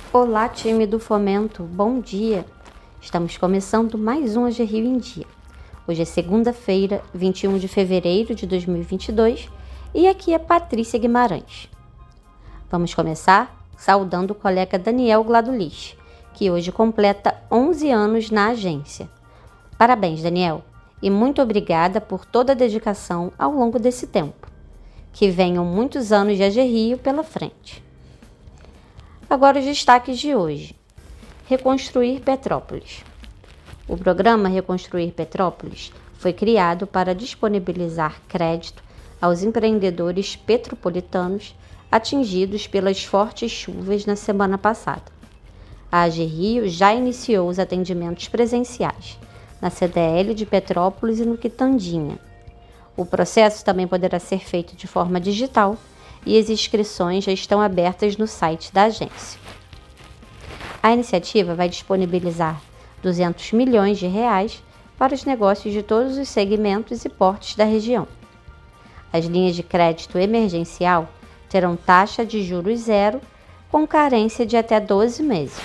Olá, time do Fomento, bom dia! Estamos começando mais um AG Rio em Dia. Hoje é segunda-feira, 21 de fevereiro de 2022 e aqui é Patrícia Guimarães. Vamos começar saudando o colega Daniel Gladulich, que hoje completa 11 anos na agência. Parabéns, Daniel, e muito obrigada por toda a dedicação ao longo desse tempo. Que venham muitos anos de AG Rio pela frente. Agora os destaques de hoje. Reconstruir Petrópolis. O programa Reconstruir Petrópolis foi criado para disponibilizar crédito aos empreendedores petropolitanos atingidos pelas fortes chuvas na semana passada. A AG Rio já iniciou os atendimentos presenciais na CDL de Petrópolis e no Quitandinha. O processo também poderá ser feito de forma digital e as inscrições já estão abertas no site da agência. A iniciativa vai disponibilizar 200 milhões de reais para os negócios de todos os segmentos e portes da região. As linhas de crédito emergencial terão taxa de juros zero, com carência de até 12 meses.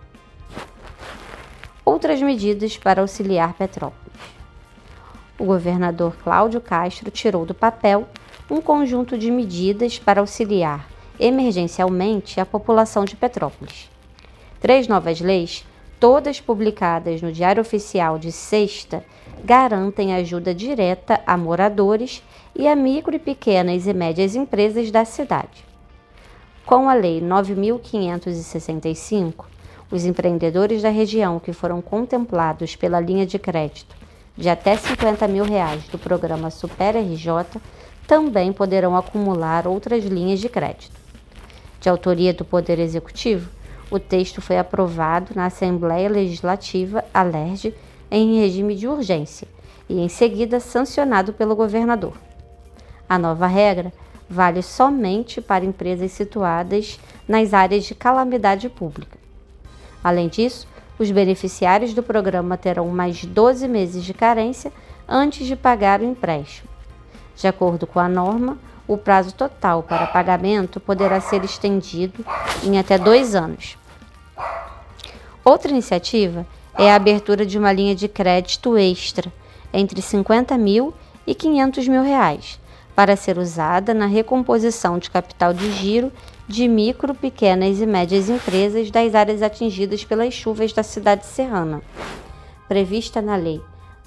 Outras medidas para auxiliar Petrópolis. O governador Cláudio Castro tirou do papel um conjunto de medidas para auxiliar emergencialmente a população de Petrópolis. 3 novas leis, todas publicadas no Diário Oficial de sexta, garantem ajuda direta a moradores e a micro, pequenas e médias empresas da cidade. Com a Lei 9.565, os empreendedores da região que foram contemplados pela linha de crédito de até R$50 mil do programa Super RJ também poderão acumular outras linhas de crédito. De autoria do Poder Executivo, o texto foi aprovado na Assembleia Legislativa, a LERJ, em regime de urgência e, em seguida, sancionado pelo governador. A nova regra vale somente para empresas situadas nas áreas de calamidade pública. Além disso, os beneficiários do programa terão mais 12 meses de carência antes de pagar o empréstimo. De acordo com a norma, o prazo total para pagamento poderá ser estendido em até 2 anos. Outra iniciativa é a abertura de uma linha de crédito extra entre R$50 mil e R$500 mil para ser usada na recomposição de capital de giro de micro, pequenas e médias empresas das áreas atingidas pelas chuvas da cidade serrana. Prevista na Lei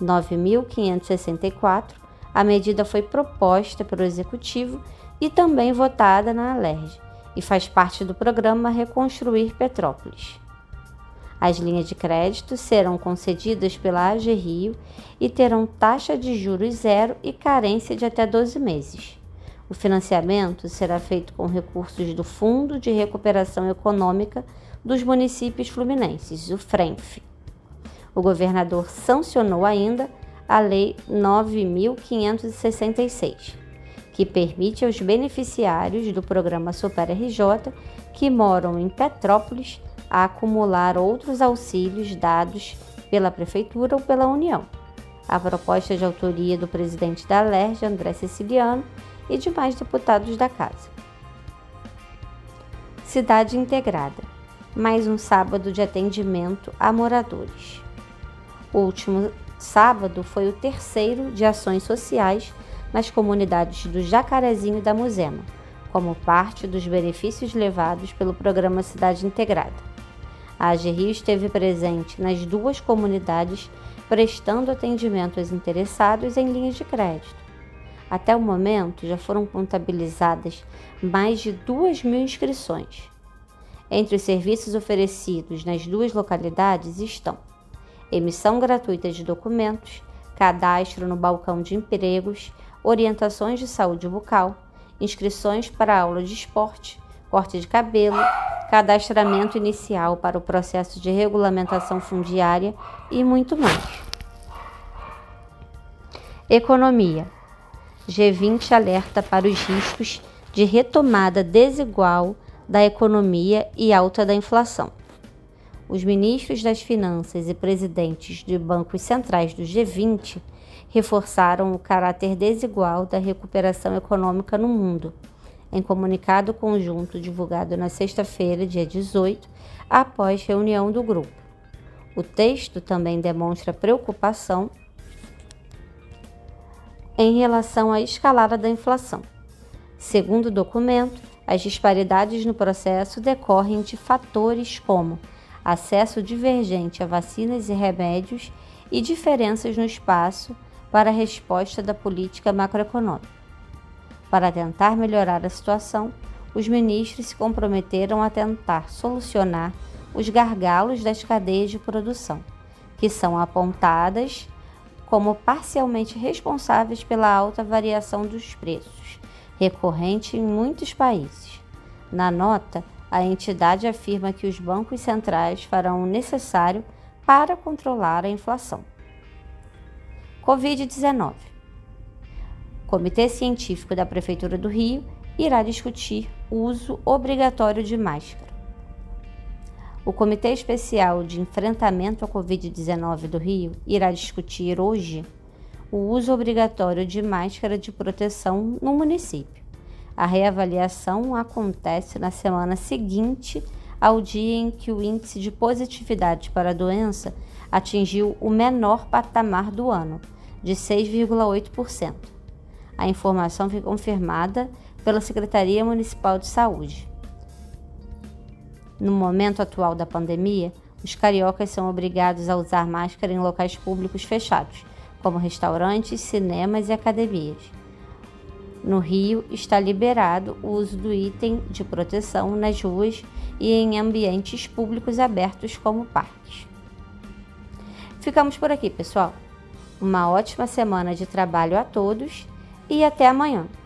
9.564, a medida foi proposta pelo Executivo e também votada na LERJ e faz parte do programa Reconstruir Petrópolis. As linhas de crédito serão concedidas pela AG Rio e terão taxa de juros zero e carência de até 12 meses. O financiamento será feito com recursos do Fundo de Recuperação Econômica dos Municípios Fluminenses, o FRENF. O governador sancionou ainda a Lei 9.566, que permite aos beneficiários do programa Super RJ que moram em Petrópolis a acumular outros auxílios dados pela Prefeitura ou pela União. A proposta é de autoria do presidente da LERJ, André Siciliano, e demais deputados da Casa. Cidade Integrada. Mais um sábado de atendimento a moradores. O último sábado foi o terceiro de ações sociais nas comunidades do Jacarezinho e da Muzema, como parte dos benefícios levados pelo programa Cidade Integrada. A AG Rio esteve presente nas 2 comunidades, prestando atendimento aos interessados em linhas de crédito. Até o momento, já foram contabilizadas mais de 2.000 inscrições. Entre os serviços oferecidos nas 2 localidades estão emissão gratuita de documentos, cadastro no balcão de empregos, orientações de saúde bucal, inscrições para aula de esporte, corte de cabelo, cadastramento inicial para o processo de regulamentação fundiária e muito mais. Economia. G20 alerta para os riscos de retomada desigual da economia e alta da inflação. Os ministros das Finanças e presidentes de bancos centrais do G20 reforçaram o caráter desigual da recuperação econômica no mundo, em comunicado conjunto divulgado na sexta-feira, dia 18, após reunião do grupo. O texto também demonstra preocupação em relação à escalada da inflação. Segundo o documento, as disparidades no processo decorrem de fatores como acesso divergente a vacinas e remédios e diferenças no espaço para a resposta da política macroeconômica. Para tentar melhorar a situação, os ministros se comprometeram a tentar solucionar os gargalos das cadeias de produção, que são apontadas como parcialmente responsáveis pela alta variação dos preços, recorrente em muitos países. Na nota, a entidade afirma que os bancos centrais farão o necessário para controlar a inflação. Covid-19. O Comitê Científico da Prefeitura do Rio irá discutir o uso obrigatório de máscara. O Comitê Especial de Enfrentamento à Covid-19 do Rio irá discutir hoje o uso obrigatório de máscara de proteção no município. A reavaliação acontece na semana seguinte ao dia em que o índice de positividade para a doença atingiu o menor patamar do ano, de 6,8%. A informação foi confirmada pela Secretaria Municipal de Saúde. No momento atual da pandemia, os cariocas são obrigados a usar máscara em locais públicos fechados, como restaurantes, cinemas e academias. No Rio, está liberado o uso do item de proteção nas ruas e em ambientes públicos abertos como parques. Ficamos por aqui, pessoal. Uma ótima semana de trabalho a todos e até amanhã.